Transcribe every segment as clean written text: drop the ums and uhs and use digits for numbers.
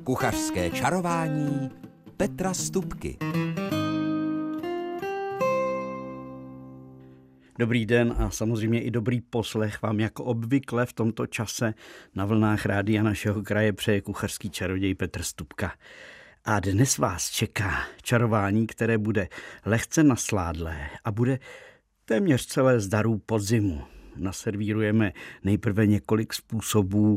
Kuchařské čarování Petra Stupky. Dobrý den a samozřejmě i dobrý poslech vám jako obvykle v tomto čase na vlnách rádia našeho kraje přeje kuchařský čaroděj Petr Stupka. A dnes vás čeká čarování, které bude lehce nasládlé a bude téměř celé z darů podzimu. Naservírujeme nejprve několik způsobů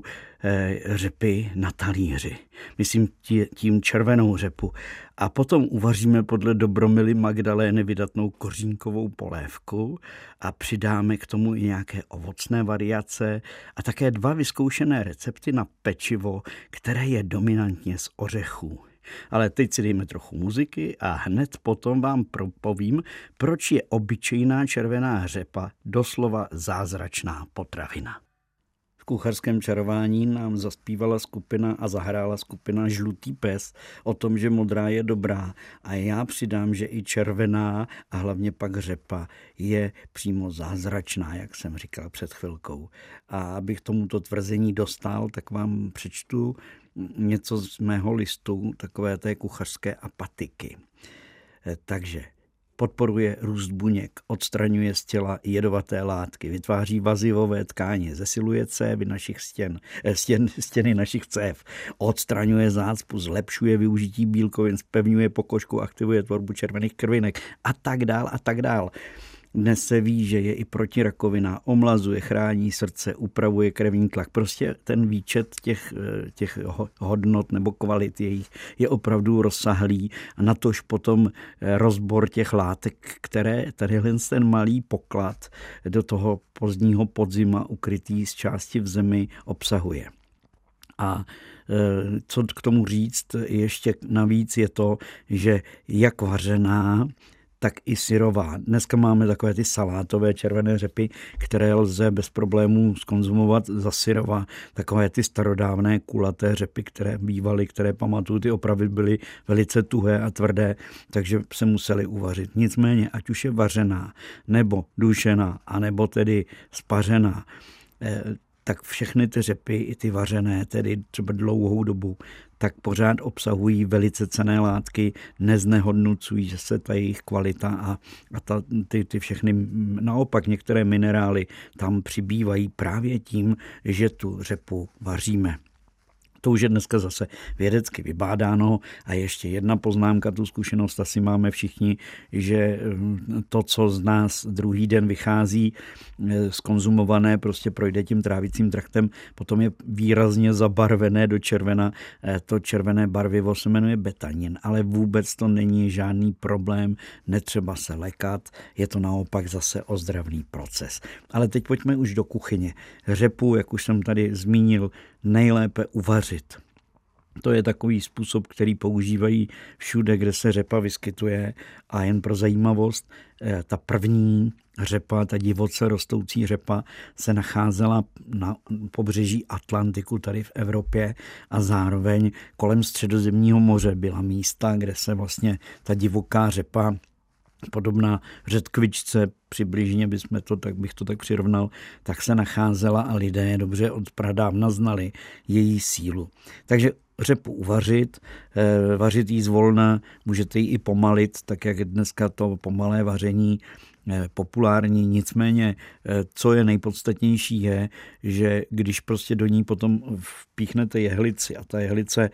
řepy na talíři. Myslím tím červenou řepu. A potom uvaříme podle Dobromily Magdalény vydatnou kořínkovou polévku a přidáme k tomu i nějaké ovocné variace a také 2 vyzkoušené recepty na pečivo, které je dominantně z ořechů. Ale teď si dejme trochu muziky a hned potom vám povím, proč je obyčejná červená řepa doslova zázračná potravina. V kuchařském čarování nám zaspívala skupina a zahrála skupina Žlutý pes o tom, že modrá je dobrá a já přidám, že i červená a hlavně pak řepa je přímo zázračná, jak jsem říkal před chvilkou. A abych tomuto tvrzení dostal, tak vám přečtu něco z mého listu, takové té kuchařské apatiky. Takže podporuje růst buněk, odstraňuje z těla jedovaté látky, vytváří vazivové tkáně, zesiluje cévy našich stěny našich cév, odstraňuje zácpu, zlepšuje využití bílkovin, zpevňuje pokožku, aktivuje tvorbu červených krvinek a tak dál a tak dál. Dnes se ví, že je i protirakovinná, omlazuje, chrání srdce, upravuje krevní tlak. Prostě ten výčet těch hodnot nebo kvalit jejich je opravdu rozsahlý a natož potom rozbor těch látek, které ten malý poklad do toho pozdního podzima ukrytý z části v zemi obsahuje. A co k tomu říct ještě navíc je to, že jak vařená, tak i syrová. Dneska máme takové ty salátové červené řepy, které lze bez problémů zkonzumovat za syrova. Takové ty starodávné kulaté řepy, které bývaly, které pamatuju, ty opravy byly velice tuhé a tvrdé, takže se museli uvařit. Nicméně, ať už je vařená, nebo dušená, anebo tedy spařená, tak všechny ty řepy, i ty vařené, tedy třeba dlouhou dobu, tak pořád obsahují velice cenné látky, neznehodnocují se ta jejich kvalita a ty všechny, naopak některé minerály tam přibývají právě tím, že tu řepu vaříme. To už je dneska zase vědecky vybádáno a ještě jedna poznámka, tu zkušenost asi máme všichni, že to, co z nás druhý den vychází zkonzumované, prostě projde tím trávicím traktem, potom je výrazně zabarvené do červena. To červené barvivo se jmenuje betanin, ale vůbec to není žádný problém, netřeba se lekat, je to naopak zase ozdravný proces. Ale teď pojďme už do kuchyně. Řepu, jak už jsem tady zmínil, nejlépe uvařit. To je takový způsob, který používají všude, kde se řepa vyskytuje a jen pro zajímavost, ta první řepa, ta divoce rostoucí řepa se nacházela na pobřeží Atlantiku tady v Evropě a zároveň kolem Středozemního moře byla místa, kde se vlastně ta divoká řepa podobná řetkvičce, přibližně bych to tak přirovnal, tak se nacházela a lidé dobře od pradávna znali její sílu. Takže řepu uvařit, vařit jí zvolna, můžete ji i pomalit, tak jak dneska to pomalé vaření populární, nicméně co je nejpodstatnější je, že když prostě do ní potom vpíchnete jehlici a ta jehlice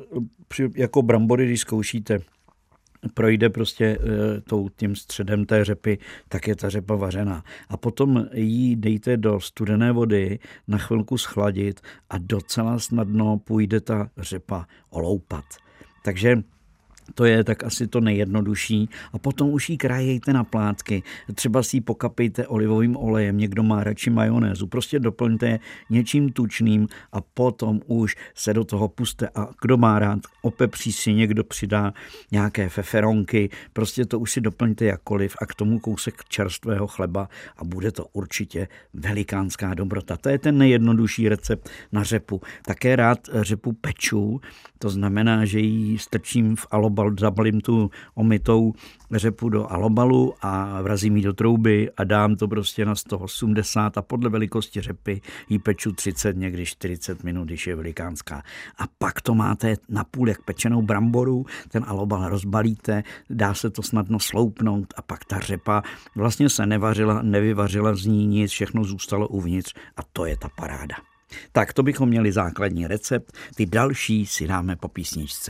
jako brambory, když zkoušíte, projde prostě tím středem té řepy, tak je ta řepa vařená. A potom ji dejte do studené vody, na chvilku schladit a docela snadno půjde ta řepa oloupat. Takže to je tak asi to nejjednodušší. A potom už ji krájejte na plátky. Třeba si ji pokapejte olivovým olejem, někdo má radši majonézu. Prostě doplňte něčím tučným a potom už se do toho puste. A kdo má rád, opepří si, někdo přidá nějaké feferonky. Prostě to už si doplňte jakkoliv a k tomu kousek čerstvého chleba a bude to určitě velikánská dobrota. To je ten nejjednodušší recept na řepu. Také rád řepu peču, to znamená, že ji strčím v alobák zabalím tu omytou řepu do alobalu a vrazím ji do trouby a dám to prostě na 180 a podle velikosti řepy ji peču 30, někdy 40 minut, když je velikánská. A pak to máte napůl jak pečenou bramboru, ten alobal rozbalíte, dá se to snadno sloupnout a pak ta řepa vlastně se nevyvařila z ní nic, všechno zůstalo uvnitř a to je ta paráda. Tak to bychom měli základní recept, ty další si dáme po písničce.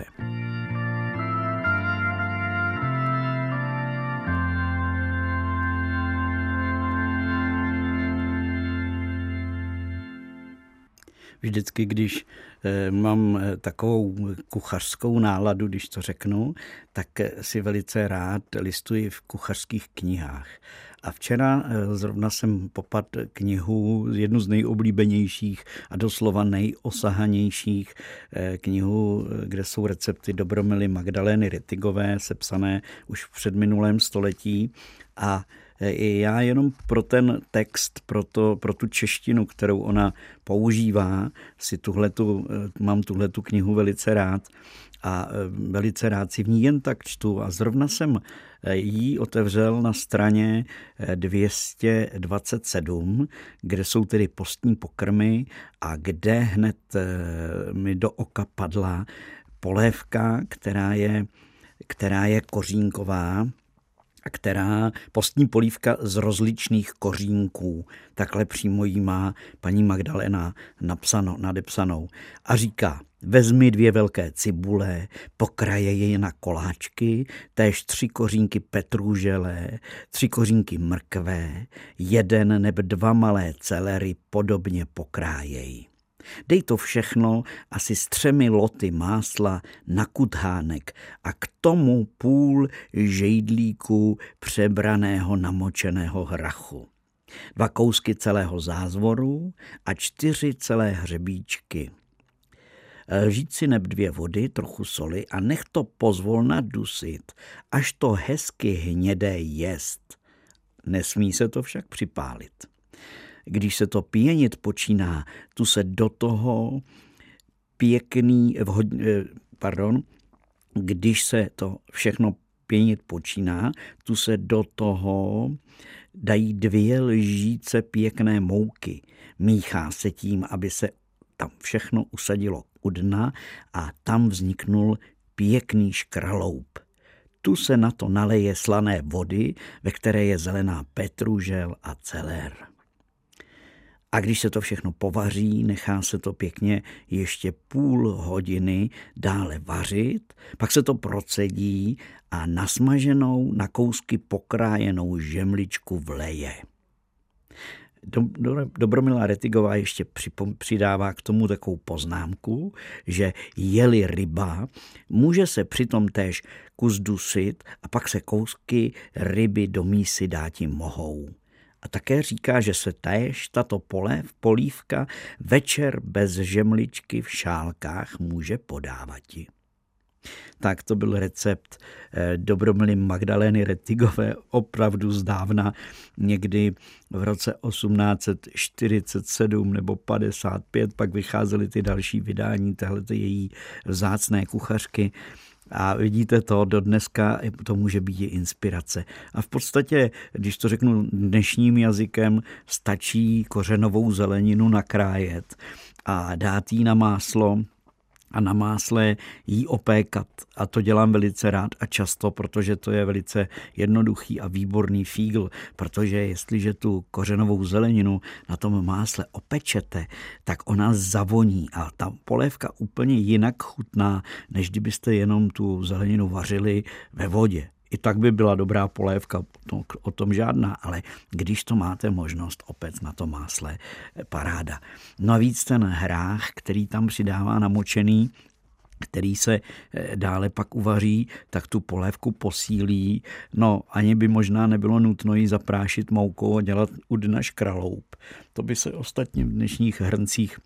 Vždycky, když mám takovou kuchařskou náladu, když to řeknu, tak si velice rád listuji v kuchařských knihách. A včera zrovna jsem popadl knihu, jednu z nejoblíbenějších a doslova nejosahanějších knihu, kde jsou recepty Dobromily Magdalény Rittigové, sepsané už v předminulém století. A já jenom pro ten text, pro tu češtinu, kterou ona používá, mám tuhletu knihu velice rád a velice rád si v ní jen tak čtu. A zrovna jsem ji otevřel na straně 227, kde jsou tedy postní pokrmy a kde hned mi do oka padla polévka, která je kořínková, postní polívka z rozličných kořínků. Takhle přímo jí má paní Magdalena nadepsanou. A říká, vezmi 2 velké cibule, pokraje je na koláčky, též 3 kořínky petrůžele, 3 kořínky mrkve, 1 nebo 2 malé celery podobně pokrájej. Dej to všechno asi s 3 loty másla na kuthánek a k tomu půl žejdlíku přebraného namočeného hrachu. 2 kousky celého zázvoru a 4 celé hřebíčky. Lžít si neb 2 vody, trochu soli a nech to pozvolna dusit, až to hezky hnědé jest. Nesmí se to však připálit. Když se to pěnit počíná, tu se do toho když se to všechno pěnit počíná, tu se do toho dají 2 lžíce pěkné mouky. Míchá se tím, aby se tam všechno usadilo u dna a tam vzniknul pěkný škraloup. Tu se na to naleje slané vody, ve které je zelená petrůžel a celer. A když se to všechno povaří, nechá se to pěkně ještě půl hodiny dále vařit, pak se to procedí a nasmaženou, na kousky pokrájenou žemličku vleje. Dobromila Rittigová ještě přidává k tomu takovou poznámku, že je-li ryba, může se přitom též kus dusit a pak se kousky ryby do mísy dáti mohou. A také říká, že se též tato polívka večer bez žemličky v šálkách může podávati. Tak to byl recept Dobromily Magdalény Rittigové opravdu zdávna, někdy v roce 1847 nebo 55, pak vycházely ty další vydání téhleté její vzácné kuchařky. A vidíte to, do dneska to může být i inspirace. A v podstatě, když to řeknu dnešním jazykem, stačí kořenovou zeleninu nakrájet a dát jí na máslo a na másle jí opékat. A to dělám velice rád a často, protože to je velice jednoduchý a výborný fígl, protože jestliže tu kořenovou zeleninu na tom másle opečete, tak ona zavoní a ta polévka úplně jinak chutná, než kdybyste jenom tu zeleninu vařili ve vodě. I tak by byla dobrá polévka, o tom žádná, ale když to máte možnost opět na to másle, paráda. Navíc ten hrách, který tam přidává namočený, který se dále pak uvaří, tak tu polévku posílí. No, ani by možná nebylo nutno ji zaprášit moukou a dělat u dna škraloup. To by se ostatně v dnešních hrncích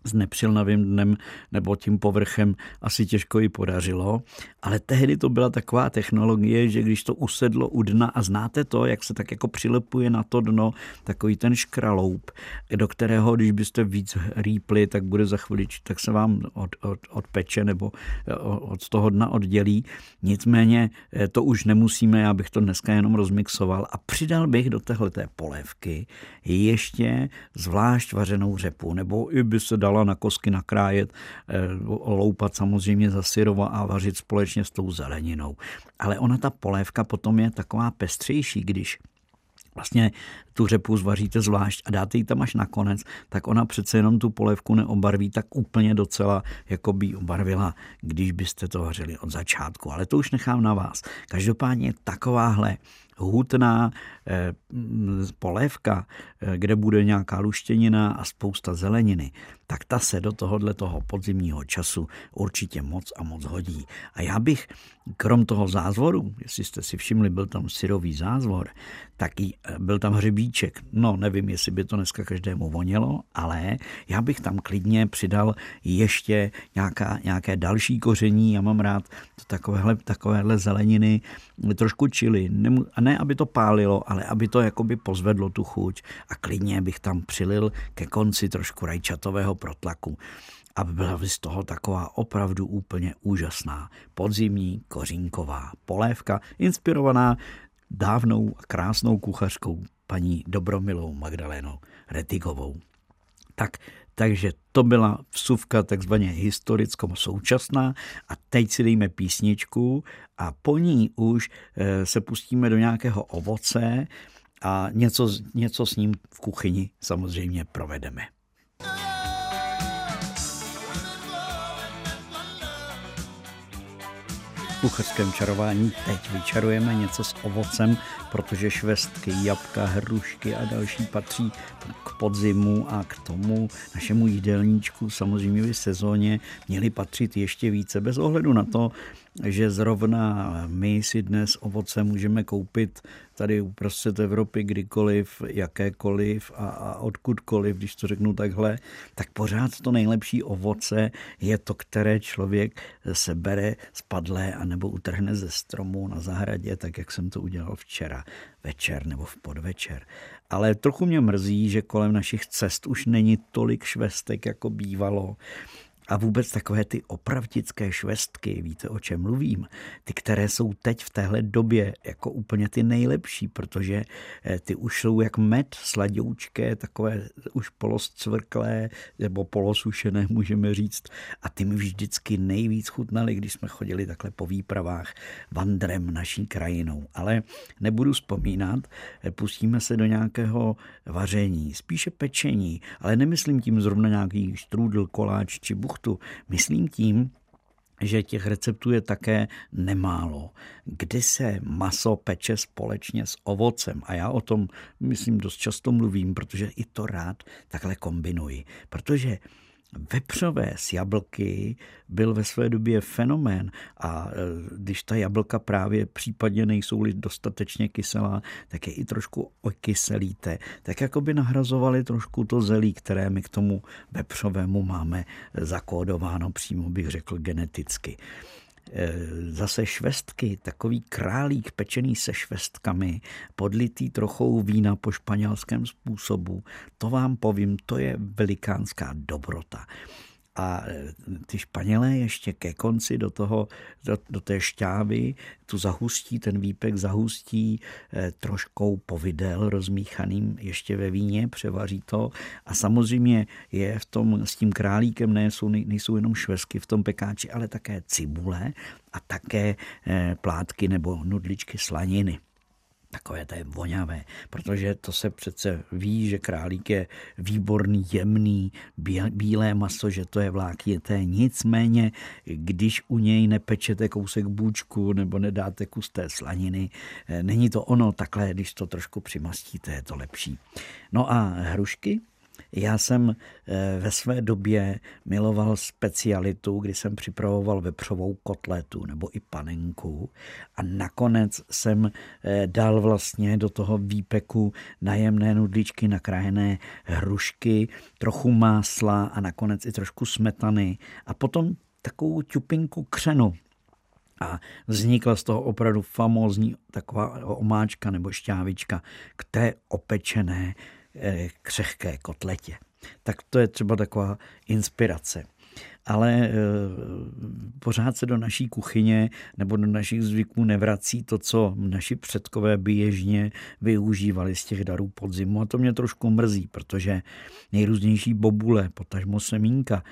s nepřilnavým dnem nebo tím povrchem asi těžko ji podařilo, ale tehdy to byla taková technologie, že když to usedlo u dna a znáte to, jak se tak jako přilepuje na to dno, takový ten škraloup, do kterého, když byste víc rýpli, tak bude za chvilič, tak se vám odpeče nebo od toho dna oddělí. Nicméně to už nemusíme, já bych to dneska jenom rozmixoval a přidal bych do téhleté polévky ještě zvlášť vařenou řepu, nebo i by se dala na kosky nakrájet, loupat samozřejmě za syrova a vařit společně s tou zeleninou. Ale ona ta polévka potom je taková pestřejší, když vlastně tu řepu zvaříte zvlášť a dáte ji tam až nakonec, tak ona přece jenom tu polévku neobarví tak úplně docela, jako by ji obarvila, když byste to vařili od začátku. Ale to už nechám na vás. Každopádně takováhle hutná polévka, kde bude nějaká luštěnina a spousta zeleniny, tak ta se do toho podzimního času určitě moc a moc hodí. A já bych, krom toho zázvoru, jestli jste si všimli, byl tam syrový zázvor, tak byl tam hřebíček. No, nevím, jestli by to dneska každému vonělo, ale já bych tam klidně přidal ještě nějaké další koření. Já mám rád takovéhle zeleniny, trošku chili. A ne, aby to pálilo, ale aby to jakoby pozvedlo tu chuť. A klidně bych tam přilil ke konci trošku rajčatového protlaku. A byla by z toho taková opravdu úplně úžasná podzimní kořínková polévka, inspirovaná dávnou a krásnou kuchařkou paní Dobromilou Magdalénou Rettigovou. Takže to byla vsuvka takzvaně historicko-současná a teď si dejme písničku a po ní už se pustíme do nějakého ovoce a něco s ním v kuchyni samozřejmě provedeme. V kuchařském čarování teď vyčarujeme něco s ovocem, protože švestky, jablka, hrušky a další patří k podzimu a k tomu našemu jídelníčku samozřejmě v sezóně měly patřit ještě více. Bez ohledu na to, že zrovna my si dnes ovoce můžeme koupit tady uprostřed Evropy kdykoliv, jakékoliv a odkudkoliv, když to řeknu takhle, tak pořád to nejlepší ovoce je to, které člověk sebere spadlé anebo utrhne ze stromu na zahradě, tak jak jsem to udělal včera večer nebo v podvečer. Ale trochu mě mrzí, že kolem našich cest už není tolik švestek, jako bývalo. A vůbec takové ty opravdické švestky, víte, o čem mluvím, ty, které jsou teď v téhle době jako úplně ty nejlepší, protože ty už jsou jak med, sladoučké, takové už poloscvrklé nebo polosušené, můžeme říct. A ty mi vždycky nejvíc chutnaly, když jsme chodili takhle po výpravách vandrem naší krajinou. Ale nebudu vzpomínat, pustíme se do nějakého vaření, spíše pečení, ale nemyslím tím zrovna nějaký štrůdl, koláč či buchtu. Myslím tím, že těch receptů je také nemálo, kdy se maso peče společně s ovocem. A já o tom, myslím, dost často mluvím, protože i to rád takhle kombinuji. Protože vepřové s jablky byl ve své době fenomén a když ta jablka právě případně nejsou-li dostatečně kyselá, tak je i trošku okyselíte. Tak jako by nahrazovali trošku to zelí, které my k tomu vepřovému máme zakódováno, přímo bych řekl geneticky. Zase švestky, takový králík pečený se švestkami, podlitý trochou vína po španělském způsobu, to vám povím, to je velikánská dobrota. A ty Španělé ještě ke konci do té šťávy tu zahustí, ten výpek zahustí troškou povidel rozmíchaným ještě ve víně, převaří to a samozřejmě je v tom s tím králíkem nejsou jenom švestky v tom pekáči, ale také cibule a také plátky nebo nudličky slaniny. Takové to je voňavé, protože to se přece ví, že králík je výborný, jemný, bílé maso, že to je vláknité. Nicméně, když u něj nepečete kousek bůčku nebo nedáte kus té slaniny, není to ono takhle, když to trošku přimastíte, je to lepší. No a hrušky? Já jsem ve své době miloval specialitu, kdy jsem připravoval vepřovou kotletu nebo i panenku a nakonec jsem dal vlastně do toho výpeku najemné nudličky, nakrájené hrušky, trochu másla a nakonec i trošku smetany a potom takovou ťupinku křenu. A vznikla z toho opravdu famózní taková omáčka nebo šťávička k té opečené křehké kotletě. Tak to je třeba taková inspirace. Ale pořád se do naší kuchyně nebo do našich zvyků nevrací to, co naši předkové běžně využívali z těch darů podzimu. A to mě trošku mrzí, protože nejrůznější bobule, potažmo semínka,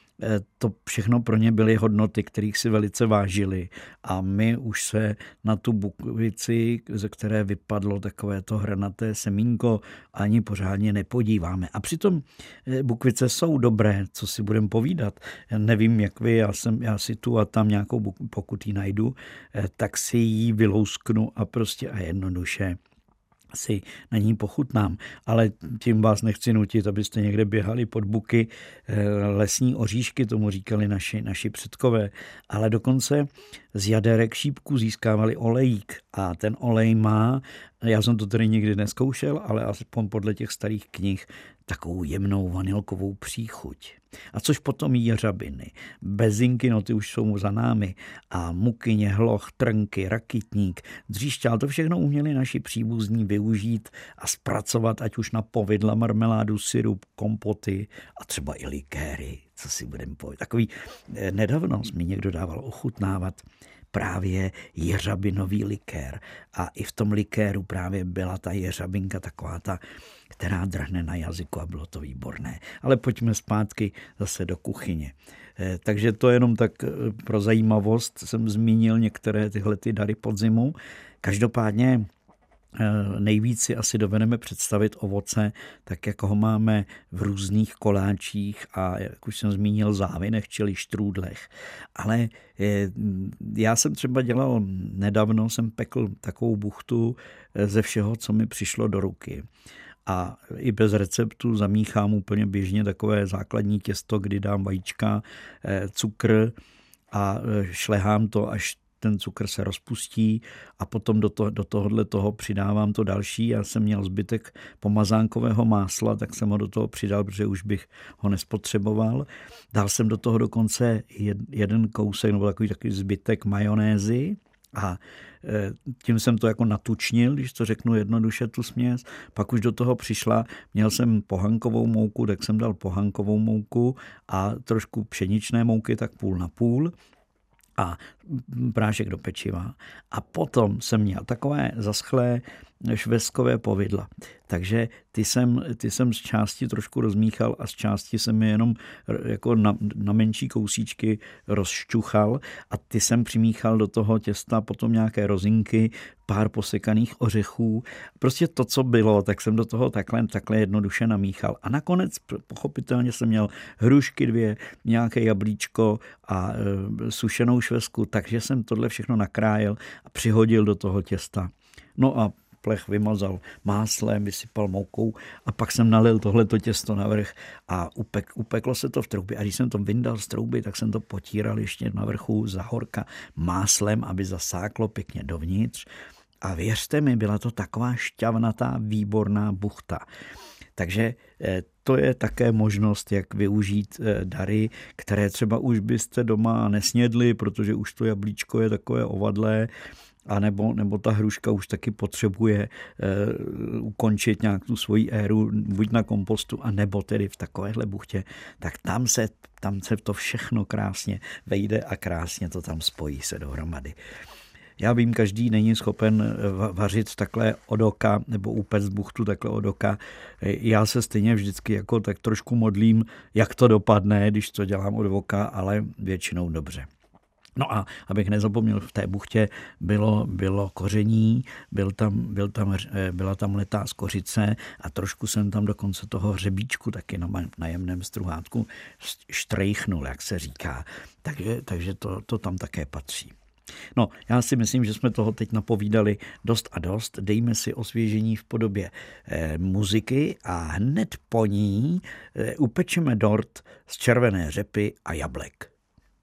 to všechno pro ně byly hodnoty, kterých si velice vážili. A my už se na tu bukvici, ze které vypadlo takové to hranaté semínko, ani pořádně nepodíváme. A přitom bukvice jsou dobré, co si budeme povídat. Já nevím, jak vy, já si tu a tam nějakou, pokud ji najdu, tak si ji vylousknu a prostě a jednoduše si na ní pochutnám, ale tím vás nechci nutit, abyste někde běhali pod buky. Lesní oříšky, tomu říkali naši předkové, ale dokonce z jaderek šípků získávali olejík a ten olej má, já jsem to tedy nikdy neskoušel, ale aspoň podle těch starých knih, takovou jemnou vanilkovou příchuť. A což potom jeřabiny, bezinky, no ty už jsou za námi, a mukyně, hloch, trnky, rakytník, dříšťál, to všechno uměli naši příbuzní využít a zpracovat, ať už na povidla, marmeládu, syrup, kompoty a třeba i likéry, co si budeme povědět. Takový nedávno mi někdo dával ochutnávat právě jeřabinový likér. A i v tom likéru právě byla ta jeřabinka taková ta, která drhne na jazyku a bylo to výborné. Ale pojďme zpátky zase do kuchyně. Takže to jenom tak pro zajímavost jsem zmínil některé tyhle ty dary podzimu. Každopádně nejvíc si asi dovedeme představit ovoce, tak jak ho máme v různých koláčích a jak už jsem zmínil závinech, čili štrůdlech. Ale já jsem třeba dělal nedávno, jsem pekl takovou buchtu ze všeho, co mi přišlo do ruky. A i bez receptu zamíchám úplně běžně takové základní těsto, kdy dám vajíčka, cukr a šlehám to, až ten cukr se rozpustí a potom do tohohle toho přidávám to další. Já jsem měl zbytek pomazánkového másla, tak jsem ho do toho přidal, protože už bych ho nespotřeboval. Dal jsem do toho dokonce jeden kousek nebo takový zbytek majonézy a tím jsem to jako natučnil, když to řeknu jednoduše, tu směs. Pak už do toho přišla, měl jsem pohankovou mouku, tak jsem dal pohankovou mouku a trošku pšeničné mouky, tak půl na půl. A prášek do pečiva. A potom jsem měl takové zaschlé švestkové povidla. Takže ty jsem z části trošku rozmíchal a z části jsem je jenom jako na menší kousíčky rozšťuchal a ty jsem přimíchal do toho těsta potom nějaké rozinky, pár posekaných ořechů. Prostě to, co bylo, tak jsem do toho takhle jednoduše namíchal. A nakonec pochopitelně jsem měl hrušky 2, nějaké jablíčko a sušenou švestku, takže jsem tohle všechno nakrájel a přihodil do toho těsta. No a plech vymazal máslem, vysypal moukou a pak jsem nalil tohleto těsto navrch a upeklo se to v troubě. A když jsem to vyndal z trouby, tak jsem to potíral ještě na vrchu zahorka máslem, aby zasáklo pěkně dovnitř. A věřte mi, byla to taková šťavnatá, výborná buchta. Takže to je také možnost, jak využít dary, které třeba už byste doma nesnědli, protože už to jablíčko je takové ovadlé, a nebo ta hruška už taky potřebuje ukončit nějak tu svoji éru, buď na kompostu, a nebo tedy v takovéhle buchtě, tak tam se to všechno krásně vejde a krásně to tam spojí se dohromady. Já vím, každý není schopen vařit takhle od oka nebo upéct buchtu takhle od oka. Já se stejně vždycky jako tak trošku modlím, jak to dopadne, když to dělám od oka, ale většinou dobře. No a abych nezapomněl, v té buchtě bylo koření, byla tam letá z kořice a trošku jsem tam dokonce toho hřebíčku taky na jemném struhátku štrejchnul, jak se říká. Takže to tam také patří. No, já si myslím, že jsme toho teď napovídali dost a dost. Dejme si osvěžení v podobě muziky a hned po ní upečeme dort z červené řepy a jablek.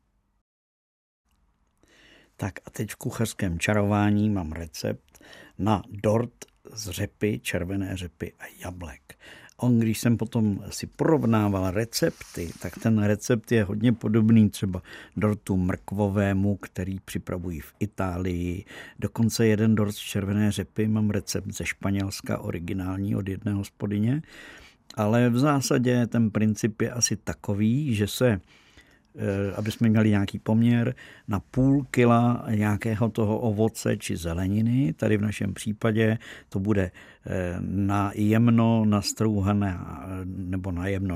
Tak a teď v kuchařském čarování mám recept na dort z řepy, červené řepy a jablek. Když jsem potom si porovnával recepty, tak ten recept je hodně podobný třeba dortu mrkvovému, který připravují v Itálii. Dokonce jeden dort z červené řepy mám recept ze Španělska, originální od jedné hospodyně. Ale v zásadě ten princip je asi takový, že se, aby jsme měli nějaký poměr, na půl kila nějakého toho ovoce či zeleniny, tady v našem případě to bude najemno nastrouhaná nebo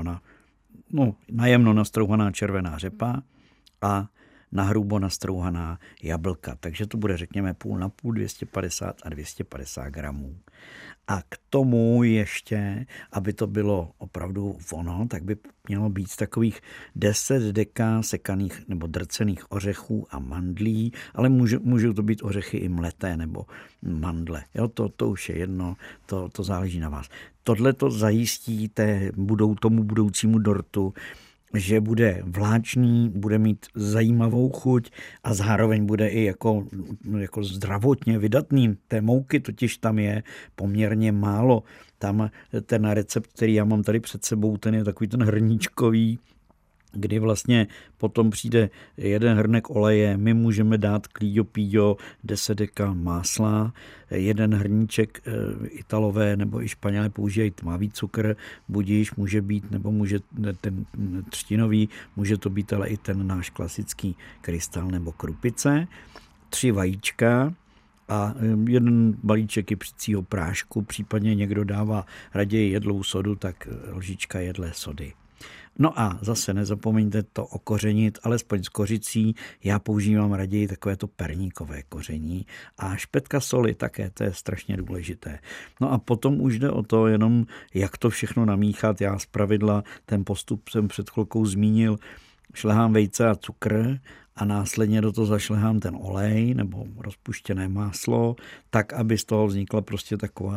najemno nastrouhaná červená řepa a nahrubo nastrouhaná jablka. Takže to bude, řekněme, půl na půl, 250 a 250 gramů. A k tomu ještě, aby to bylo opravdu ono, tak by mělo být takových 10 deka sekaných nebo drcených ořechů a mandlí, ale můžou to být ořechy i mleté nebo mandle. Jo, to už je jedno, to záleží na vás. Tohle to zajistí tomu budoucímu dortu, že bude vláčný, bude mít zajímavou chuť a zároveň bude i jako zdravotně vydatný. Té mouky totiž tam je poměrně málo. Tam ten recept, který já mám tady před sebou, ten je takový ten hrníčkový, kdy vlastně potom přijde jeden hrnek oleje, my můžeme dát klíďo píďo, 10 deka másla, jeden hrníček Italové nebo i Španělé používají tmavý cukr, budíš může být, nebo může ten třtinový, může to být ale i ten náš klasický krystal nebo krupice, 3 vajíčka, a jeden balíček kypřícího prášku, případně někdo dává raději jedlou sodu, tak lžička jedlé sody. No a zase nezapomeňte to okořenit, alespoň s kořicí. Já používám raději takovéto perníkové koření a špetka soli také, to je strašně důležité. No a potom už jde o to jenom, jak to všechno namíchat. Já zpravidla ten postup jsem před chvilkou zmínil, šlehám vejce a cukr a následně do toho zašlehám ten olej nebo rozpuštěné máslo, tak, aby z toho vznikla prostě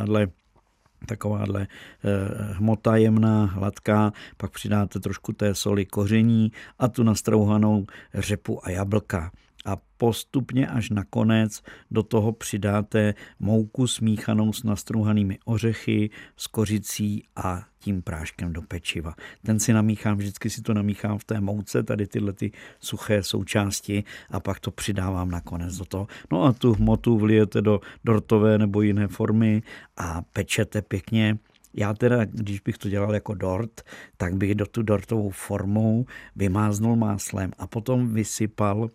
takováhle hmota jemná, hladká, pak přidáte trošku té soli koření a tu nastrouhanou řepu a jablka. A postupně až nakonec do toho přidáte mouku smíchanou s nastrouhanými ořechy, s kořicí a tím práškem do pečiva. Ten si namíchám, vždycky si to namíchám v té mouce, tady tyhle ty suché součásti a pak to přidávám nakonec do toho. No a tu hmotu vlijete do dortové nebo jiné formy a pečete pěkně. Já teda, když bych to dělal jako dort, tak bych do tu dortovou formu vymáznul máslem a potom vysypal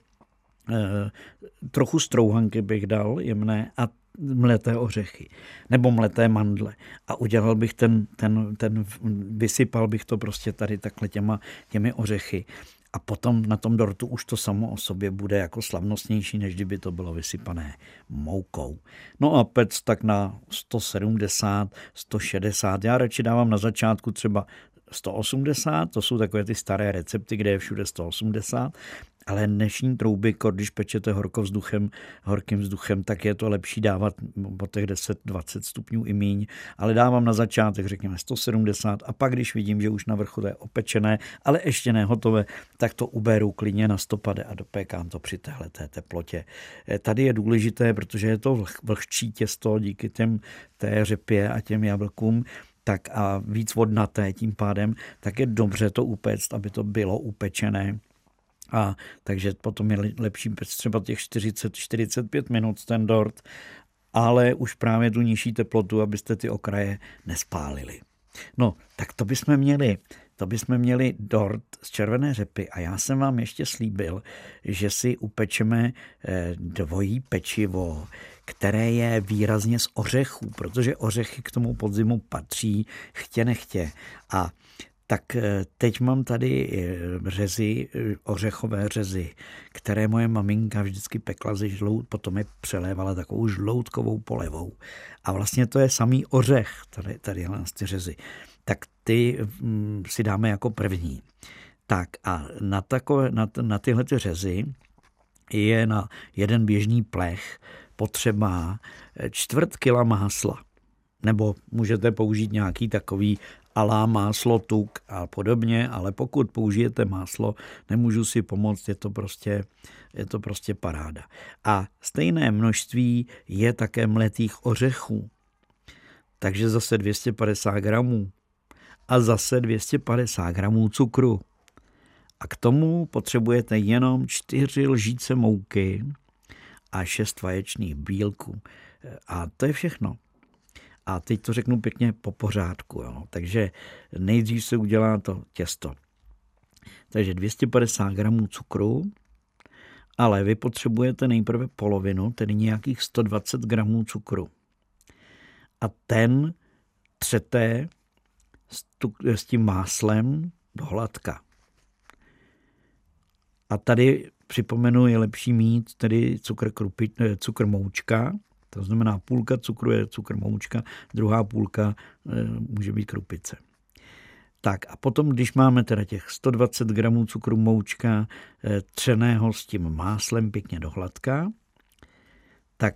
trochu strouhanky bych dal jemné a mleté ořechy nebo mleté mandle a udělal bych vysypal bych to prostě tady takhle těmi ořechy a potom na tom dortu už to samo o sobě bude jako slavnostnější, než kdyby to bylo vysypané moukou. No a pec tak na 170, 160, já radši dávám na začátku třeba 180, to jsou takové ty staré recepty, kde je všude 180, ale dnešní trouby, když pečete horkým vzduchem, tak je to lepší dávat po těch 10-20 stupňů i míň, ale dávám na začátek, řekněme 170 a pak, když vidím, že už na vrchu to je opečené, ale ještě nehotové, tak to uberu klidně na stopade a dopékám to při téhleté teplotě. Tady je důležité, protože je to vlhčí těsto díky té řepě a těm jablkům, tak a víc vodnaté tím pádem, tak je dobře to upéct, aby to bylo upečené. A takže potom je lepší třeba těch 40-45 minut ten dort, ale už právě tu nižší teplotu, abyste ty okraje nespálili. No, tak to bychom měli dort z červené řepy a já jsem vám ještě slíbil, že si upečeme dvojí pečivo, které je výrazně z ořechů, protože ořechy k tomu podzimu patří chtě nechtě. A tak teď mám tady ořechové řezy, které moje maminka vždycky pekla ze žlout, potom je přelévala takovou žloutkovou polevou. A vlastně to je samý ořech, tady ty řezy. Tak ty si dáme jako první. Tak a na tyhle ty řezy je na jeden běžný plech potřeba 1/4 kila másla. Nebo můžete použít nějaký takový alá máslo, tuk a podobně, ale pokud použijete máslo, nemůžu si pomoct, je to prostě paráda. A stejné množství je také mletých ořechů. Takže zase 250 gramů a zase 250 gramů cukru. A k tomu potřebujete jenom 4 lžíce mouky a 6 vaječných bílků. A to je všechno. A teď to řeknu pěkně po pořádku. Jo. Takže nejdřív se udělá to těsto. Takže 250 gramů cukru, ale vy potřebujete nejprve polovinu, tedy nějakých 120 gramů cukru. A ten třete s tím máslem do hladka. A tady připomenu, je lepší mít tedy cukr moučka, to znamená půlka cukru je cukr moučka, druhá půlka může být krupice. Tak a potom, když máme teda těch 120 gramů cukru moučka třeného s tím máslem pěkně do hladka, tak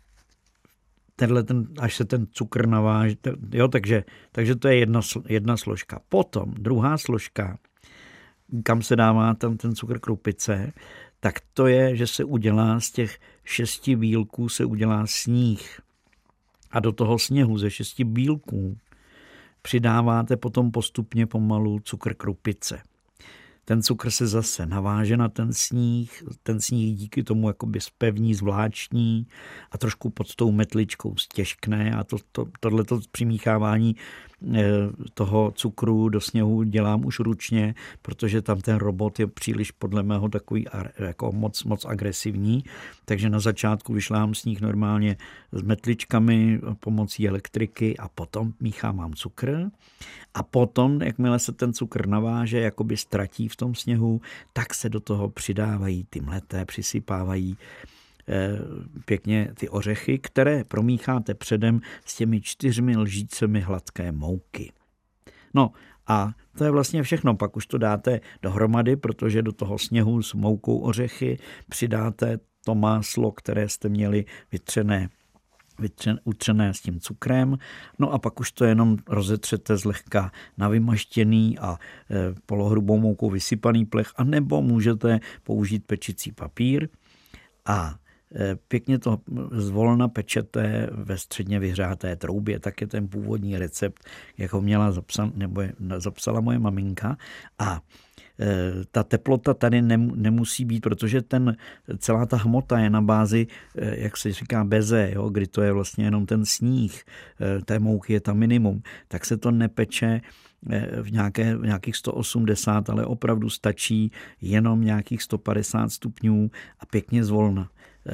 až se ten cukr naváže, jo, takže to je jedna složka. Potom druhá složka, kam se dává tam ten cukr krupice, tak to je, že se udělá z těch 6 bílků se udělá sníh. A do toho sněhu ze 6 bílků přidáváte potom postupně pomalu cukr krupice. Ten cukr se zase naváže na ten sníh díky tomu jakoby zpevní, zvláštní a trošku pod tou metličkou stěžkne a tohleto přimíchávání toho cukru do sněhu dělám už ručně, protože tam ten robot je příliš podle mého takový jako moc agresivní, takže na začátku vyšlám sníh normálně s metličkami pomocí elektriky a potom míchám cukr a potom, jakmile se ten cukr naváže, jakoby ztratí v tom sněhu, tak se do toho přidávají ty mleté, přisypávají pěkně ty ořechy, které promícháte předem s těmi 4 lžícemi hladké mouky. No a to je vlastně všechno. Pak už to dáte dohromady, protože do toho sněhu s moukou ořechy přidáte to máslo, které jste měli utřené s tím cukrem. No a pak už to jenom rozetřete zlehka na vymaštěný a polohrubou moukou vysypaný plech, anebo můžete použít pečicí papír a pěkně to zvolna pečete ve středně vyhřáté troubě. Tak je ten původní recept, jak ho měla zapsala moje maminka. A ta teplota tady nemusí být, protože celá ta hmota je na bázi, jak se říká, beze, jo, kdy to je vlastně jenom ten sníh, té mouky je tam minimum, tak se to nepeče v nějakých 180, ale opravdu stačí jenom nějakých 150 stupňů a pěkně zvolna.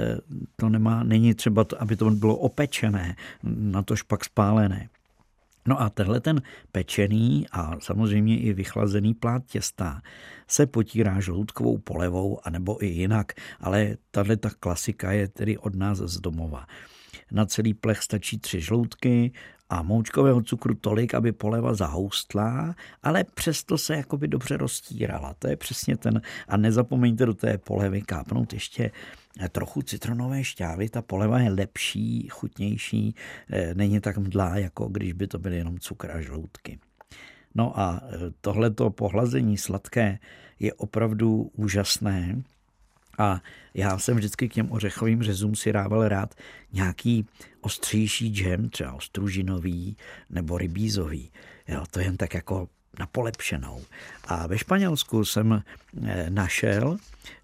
To není třeba, aby to bylo opečené, natož pak spálené. No a tenhle ten pečený a samozřejmě i vychlazený plát těsta se potírá žloutkovou polevou anebo i jinak, ale tato klasika je tedy od nás z domova. Na celý plech stačí 3 žloutky a moučkového cukru tolik, aby poleva zahoustlá, ale přesto se jakoby dobře roztírala. To je přesně ten. A nezapomeňte do té polevy kápnout ještě trochu citronové šťávy. Ta poleva je lepší, chutnější, není tak mdlá, jako když by to byly jenom cukr a žloutky. No a tohleto pohlazení sladké je opravdu úžasné. A já jsem vždycky k těm ořechovým řezům si dával rád nějaký ostřejší džem, třeba ostružinový nebo rybízový. Jo, to jen tak jako na polepšenou. A ve Španělsku jsem našel,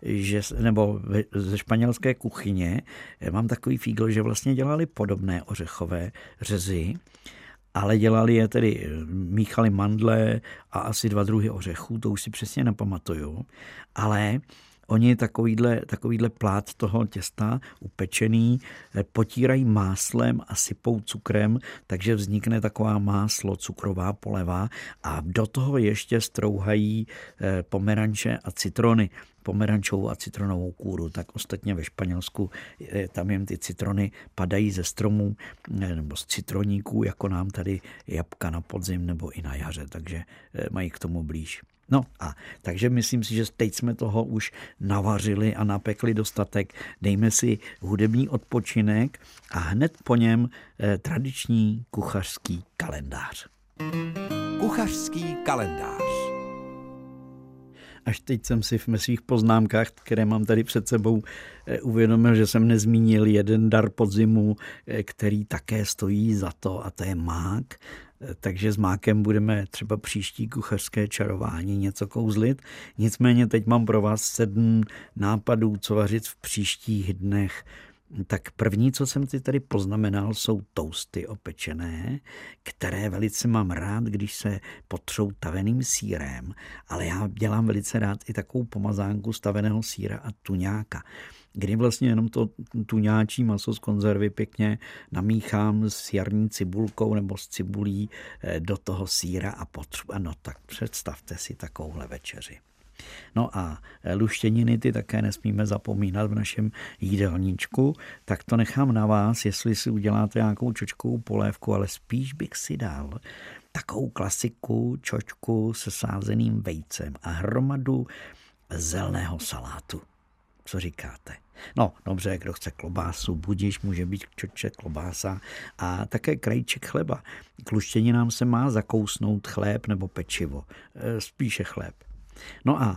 nebo ze španělské kuchyně mám takový fígl, že vlastně dělali podobné ořechové řezy, ale dělali je tedy, míchali mandle a asi 2 druhy ořechů, to už si přesně nepamatuju, ale oni takovýhle plát toho těsta upečený potírají máslem a sypou cukrem, takže vznikne taková máslo-cukrová poleva a do toho ještě strouhají pomeranče a citrony. pomerančovou a citronovou kůru, tak ostatně ve Španělsku tam jim ty citrony padají ze stromů nebo z citroníků, jako nám tady jabka na podzim nebo i na jaře, takže mají k tomu blíž. No a takže myslím si, že teď jsme toho už navařili a napekli dostatek. Dejme si hudební odpočinek a hned po něm tradiční kuchařský kalendář. Kuchařský kalendář. Až teď jsem si v svých poznámkách, které mám tady před sebou, uvědomil, že jsem nezmínil jeden dar podzimu, který také stojí za to, a to je mák. Takže s mákem budeme třeba příští kuchařské čarování něco kouzlit. Nicméně teď mám pro vás 7 nápadů, co vařit v příštích dnech. Tak první, co jsem si tady poznamenal, jsou toasty opečené, které velice mám rád, když se potřou taveným sýrem, ale já dělám velice rád i takovou pomazánku z taveného sýra a tuňáka, kdy vlastně jenom to tuňáčí maso z konzervy pěkně namíchám s jarní cibulkou nebo s cibulí do toho sýra a potřu. No tak představte si takovouhle večeři. No a luštěniny ty také nesmíme zapomínat v našem jídelníčku, tak to nechám na vás, jestli si uděláte nějakou čočkovou polévku, ale spíš bych si dal takovou klasiku čočku se sázeným vejcem a hromadu zeleného salátu. Co říkáte? No, dobře, kdo chce klobásu, budiš, může být čoček, klobása a také krajíček chleba. K luštěninám se má zakousnout chléb nebo pečivo, spíše chléb. No a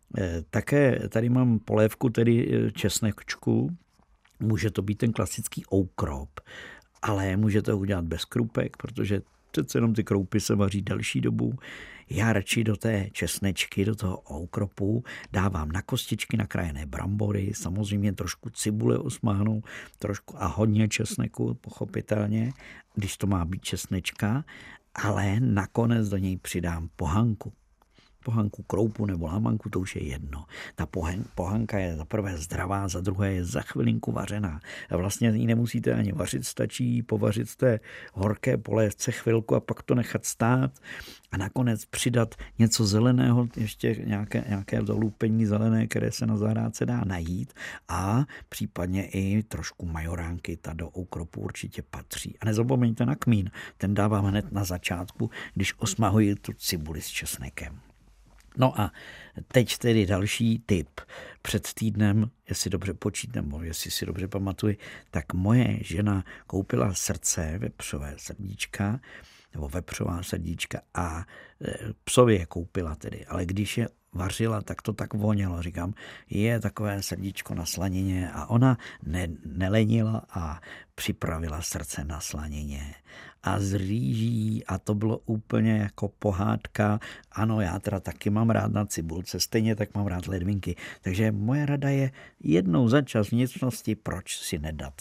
také tady mám polévku, tedy česnečku. Může to být ten klasický okrop, ale můžete ho udělat bez krupek, protože přece jenom ty kroupy se vaří delší dobu. Já radši do té česnečky, do toho okropu dávám na kostičky nakrájené brambory, samozřejmě trošku cibule osmáhnou, trošku a hodně česneku, pochopitelně, když to má být česnečka, ale nakonec do něj přidám pohanku. Pohanku, kroupu nebo lámanku, to už je jedno. Ta pohanka je za prvé zdravá, za druhé je za chvilinku vařená. A vlastně ji nemusíte ani vařit, stačí povařit v té horké polévce chvilku a pak to nechat stát a nakonec přidat něco zeleného, ještě nějaké dolupení zelené, které se na zahrádce dá najít a případně i trošku majoránky, ta do okropu určitě patří. A nezapomeňte na kmín, ten dávám hned na začátku, když osmahuji tu cibuli s česnekem. No a teď tedy další tip. Před týdnem, jestli dobře počítám, nebo jestli si dobře pamatuji, tak moje žena koupila srdce, vepřové srdíčka, nebo vepřová srdíčka a psovi je koupila tedy, ale když je vařila, tak to tak vonělo. Říkám, je takové srdíčko na slanině a ona nelenila a připravila srdce na slanině. A z rýží a to bylo úplně jako pohádka. Ano, já teda taky mám rád na cibulce, stejně tak mám rád ledvinky. Takže moje rada je jednou za čas vnitřnosti, proč si nedat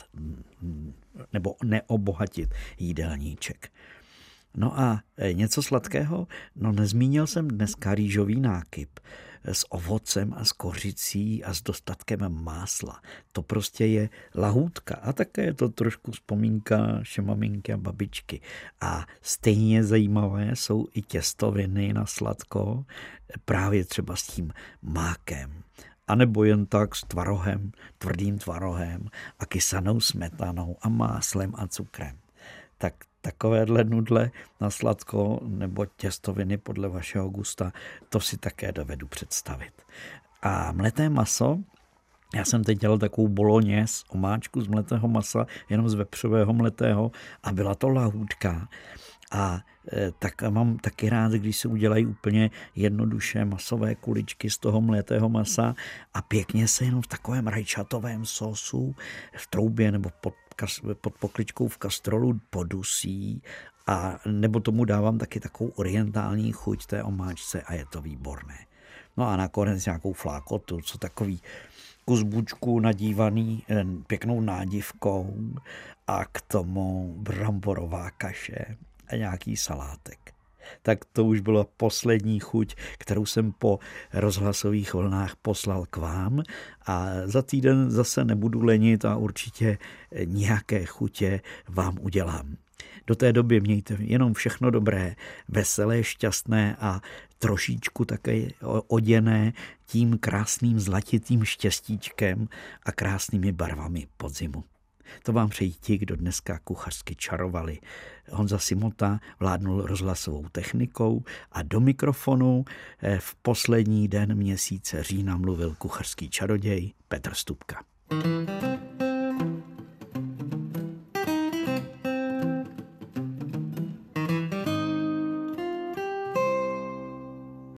nebo neobohatit jídelníček. No a něco sladkého? No nezmínil jsem dneska rýžový nákyp s ovocem a s kořicí a s dostatkem másla. To prostě je lahůdka a také je to trošku vzpomínka naše maminky a babičky. A stejně zajímavé jsou i těstoviny na sladko, právě třeba s tím mákem. A nebo jen tak s tvarohem, tvrdým tvarohem a kysanou smetanou a máslem a cukrem. Tak takovéhle nudle na sladko nebo těstoviny podle vašeho gusta, to si také dovedu představit. A mleté maso, já jsem teď dělal takovou bolognese, omáčku z mletého masa, jenom z vepřového mletého a byla to lahůdka. A tak mám taky rád, když se udělají úplně jednoduše masové kuličky z toho mletého masa a pěkně se jenom v takovém rajčatovém sosu v troubě nebo pod pokličkou v kastrolu podusí a nebo tomu dávám taky takovou orientální chuť té omáčce a je to výborné. No a nakonec nějakou flákotu, co takový kus bučku nadívaný pěknou nádivkou a k tomu bramborová kaše a nějaký salátek. Tak to už byla poslední chuť, kterou jsem po rozhlasových vlnách poslal k vám a za týden zase nebudu lenit a určitě nějaké chutě vám udělám. Do té doby mějte jenom všechno dobré, veselé, šťastné a trošičku také oděné tím krásným zlatitým štěstíčkem a krásnými barvami podzimu. To vám přejí ti, kdo dneska kuchařsky čarovali. Honza Simota vládnul rozhlasovou technikou a do mikrofonu v poslední den měsíce října mluvil kuchařský čaroděj Petr Stupka.